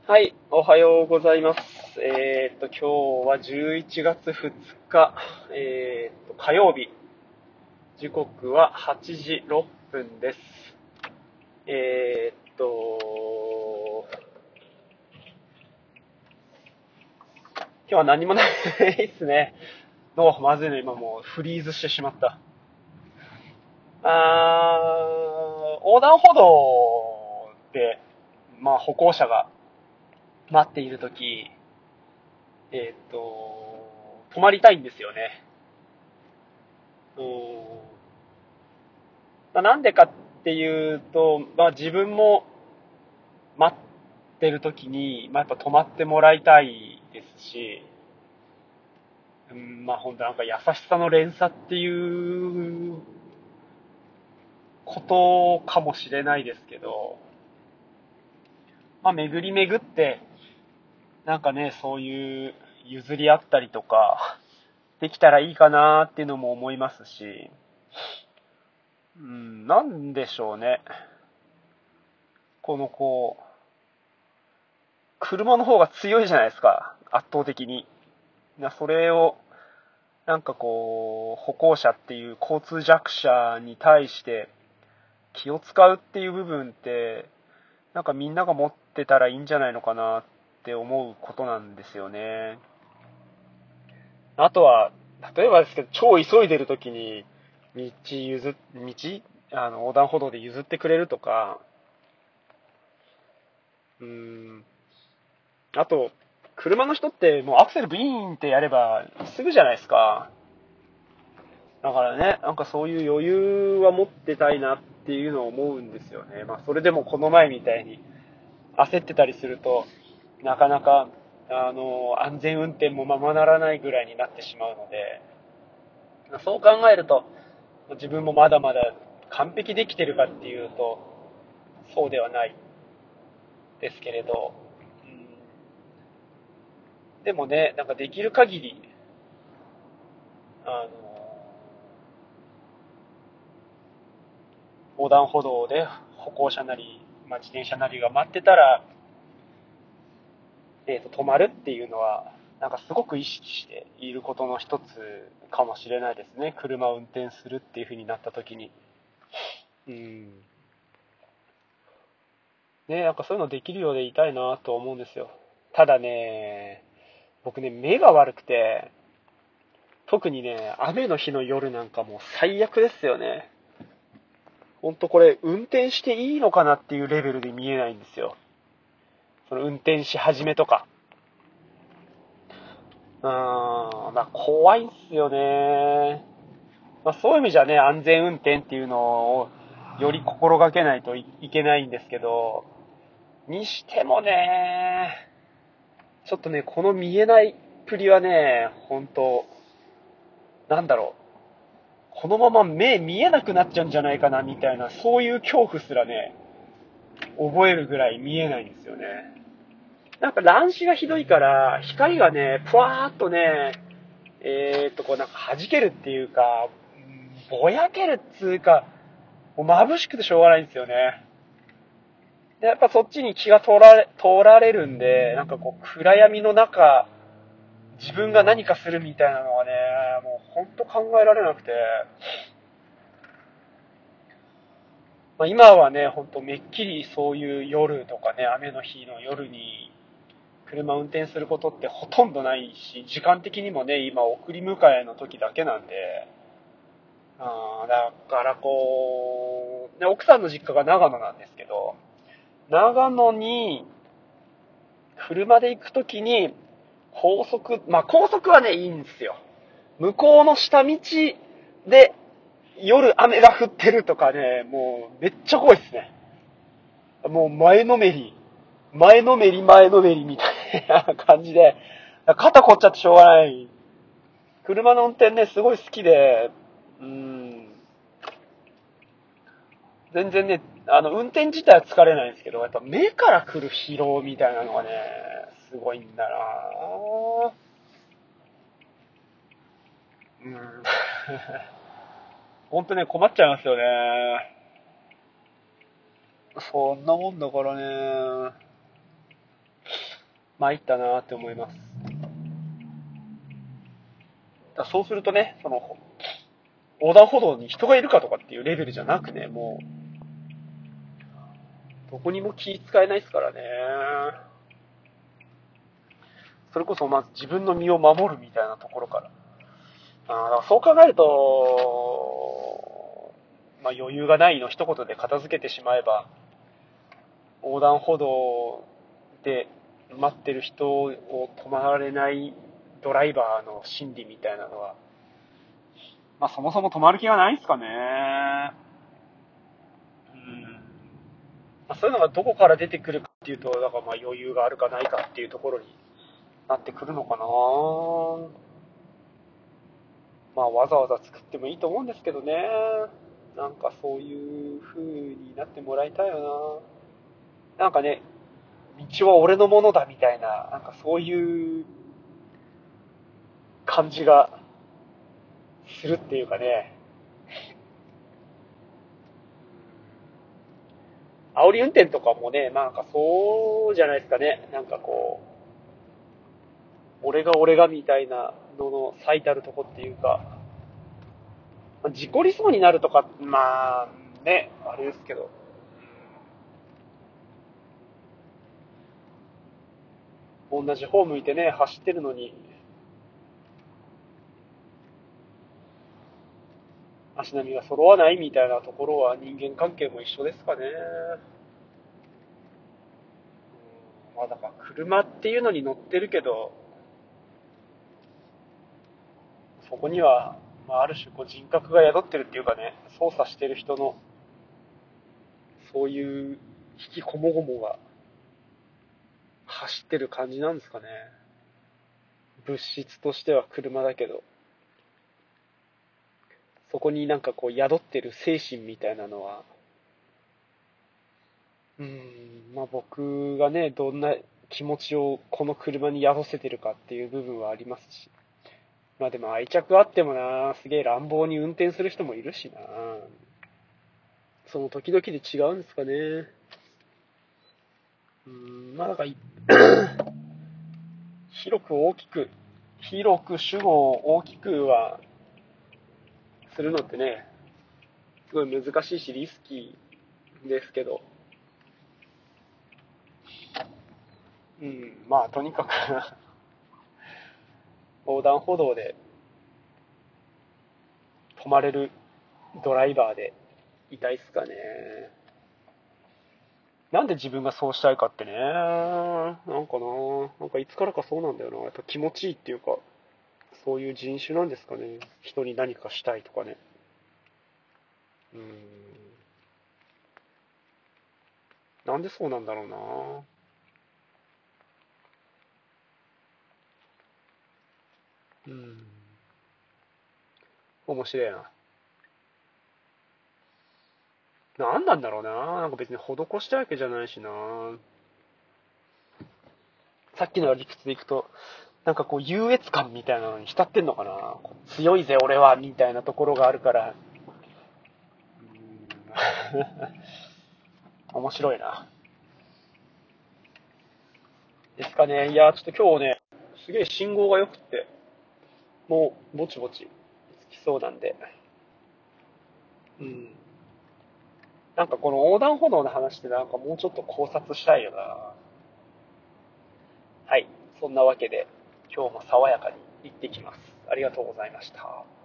はい、おはようございます。今日は11月2日、火曜日。時刻は8時6分です。えーっと、今日は何もないですね。まずいの、今もうフリーズしてしまった。横断歩道で、歩行者が待っているとき、止まりたいんですよね。うーんなんでかっていうと、自分も待ってる時に、やっぱ止まってもらいたいですし、本当なんか優しさの連鎖っていうことかもしれないですけど、巡り巡って、なんかね、そういう譲り合ったりとか、できたらいいかなっていうのも思いますし、なんでしょうね。車の方が強いじゃないですか、圧倒的に。それを、歩行者っていう交通弱者に対して気を使うっていう部分って、みんなが持ってたらいいんじゃないのかなって思うことなんですよね。あとは、例えばですけど、超急いでる時に、横断歩道で譲ってくれるとか、うーん、あと、車の人ってもうアクセルブイーンってやればすぐじゃないですか。だからね、そういう余裕は持ってたいなっていうのを思うんですよね。それでもこの前みたいに焦ってたりすると、なかなか、安全運転もままならないぐらいになってしまうので、そう考えると、自分もまだまだ完璧できてるかっていうと、そうではないですけれど、でもね、できる限り、あの、横断歩道で歩行者なり、自転車なりが待ってたら、止まるっていうのは、すごく意識していることの一つかもしれないですね。車を運転するっていう風になった時に。うん。ね、そういうのできるようでいたいなと思うんですよ。ただね、僕ね、目が悪くて、特にね、雨の日の夜なんかもう最悪ですよね。ほんとこれ、運転していいのかなっていうレベルで見えないんですよ。その運転し始めとか。怖いっすよね。そういう意味じゃね、安全運転っていうのをより心がけないといけないんですけど、にしてもね、ちょっとね、この見えないっぷりはね、本当なんだろう。このまま目見えなくなっちゃうんじゃないかなみたいな、そういう恐怖すらね、覚えるぐらい見えないんですよね。乱視がひどいから、光がね、ぷわーっとね、弾けるっていうか、ぼやけるっつうか、もう眩しくてしょうがないんですよね。で、やっぱそっちに気が通られるんで、暗闇の中、自分が何かするみたいなのはね、もうほんと考えられなくて、今はね、ほんとめっきりそういう夜とかね、雨の日の夜に車運転することってほとんどないし、時間的にもね、今送り迎えの時だけなんで、だから奥さんの実家が長野なんですけど、長野に車で行くときに高速はね、いいんですよ。向こうの下道で夜雨が降ってるとかね、もうめっちゃ怖いですね。もう前のめりみたいな感じで、肩凝っちゃってしょうがない。車の運転ね、すごい好きで、うーん、全然ね、運転自体は疲れないんですけど、やっぱ目から来る疲労みたいなのがね、すごいんだなぁ。うん。ほんとね、困っちゃいますよね。そんなもんだからね。 参ったなーって思います。そうするとね、横断歩道に人がいるかとかっていうレベルじゃなくね、もう、どこにも気使えないですからね。それこそまず自分の身を守るみたいなところから。だからそう考えると、まあ余裕がないの一言で片付けてしまえば、横断歩道で待ってる人を止まられないドライバーの心理みたいなのは、まあそもそも止まる気がないですかね。うん。まあ、そういうのがどこから出てくるかっていうと、だからまあ余裕があるかないかっていうところになってくるのかな。まあわざわざ作ってもいいと思うんですけどね。なんかそういう風になってもらいたいよな。なんかね、道は俺のものだみたいな、なんかそういう感じがするっていうかね。煽り運転とかもね、なんかそうじゃないですかね。なんかこう、俺がみたいなのの最たるとこっていうか、事故りそうになるとか、まあね、あれですけど、同じ方向いてね、走ってるのに、足並みが揃わないみたいなところは人間関係も一緒ですかね。まあだから車っていうのに乗ってるけど、そこには、まあ、ある種こう人格が宿ってるっていうかね、操作してる人の、そういう引きこもごもが走ってる感じなんですかね。物質としては車だけど、そこになんかこう宿ってる精神みたいなのは、まあ僕がね、どんな気持ちをこの車に宿せてるかっていう部分はありますし。まあでも愛着あってもな、すげえ乱暴に運転する人もいるしな。その時々で違うんですかね。まあだから広く大きく、広く主語を大きくはするのってね、すごい難しいしリスキーですけど、まあとにかく横断歩道で止まれるドライバーでいたいっすかね。なんで自分がそうしたいかってね、なんかいつからかそうなんだよな。やっぱ気持ちいいっていうか、そういう人種なんですかね。人に何かしたいとかね。うーん。なんでそうなんだろうな。うん。面白いな。なんなんだろうな。なんか別に施したわけじゃないしな。さっきの理屈でいくと、なんかこう優越感みたいなのに浸ってんのかな。強いぜ俺はみたいなところがあるから、面白いな。ですかね。いや、ちょっと今日ね、すげえ信号が良くって、もうぼちぼちつきそうなんで。うん。なんかこの横断歩道の話ってなんかもうちょっと考察したいよな。はい。そんなわけで、今日も爽やかに行ってきます。ありがとうございました。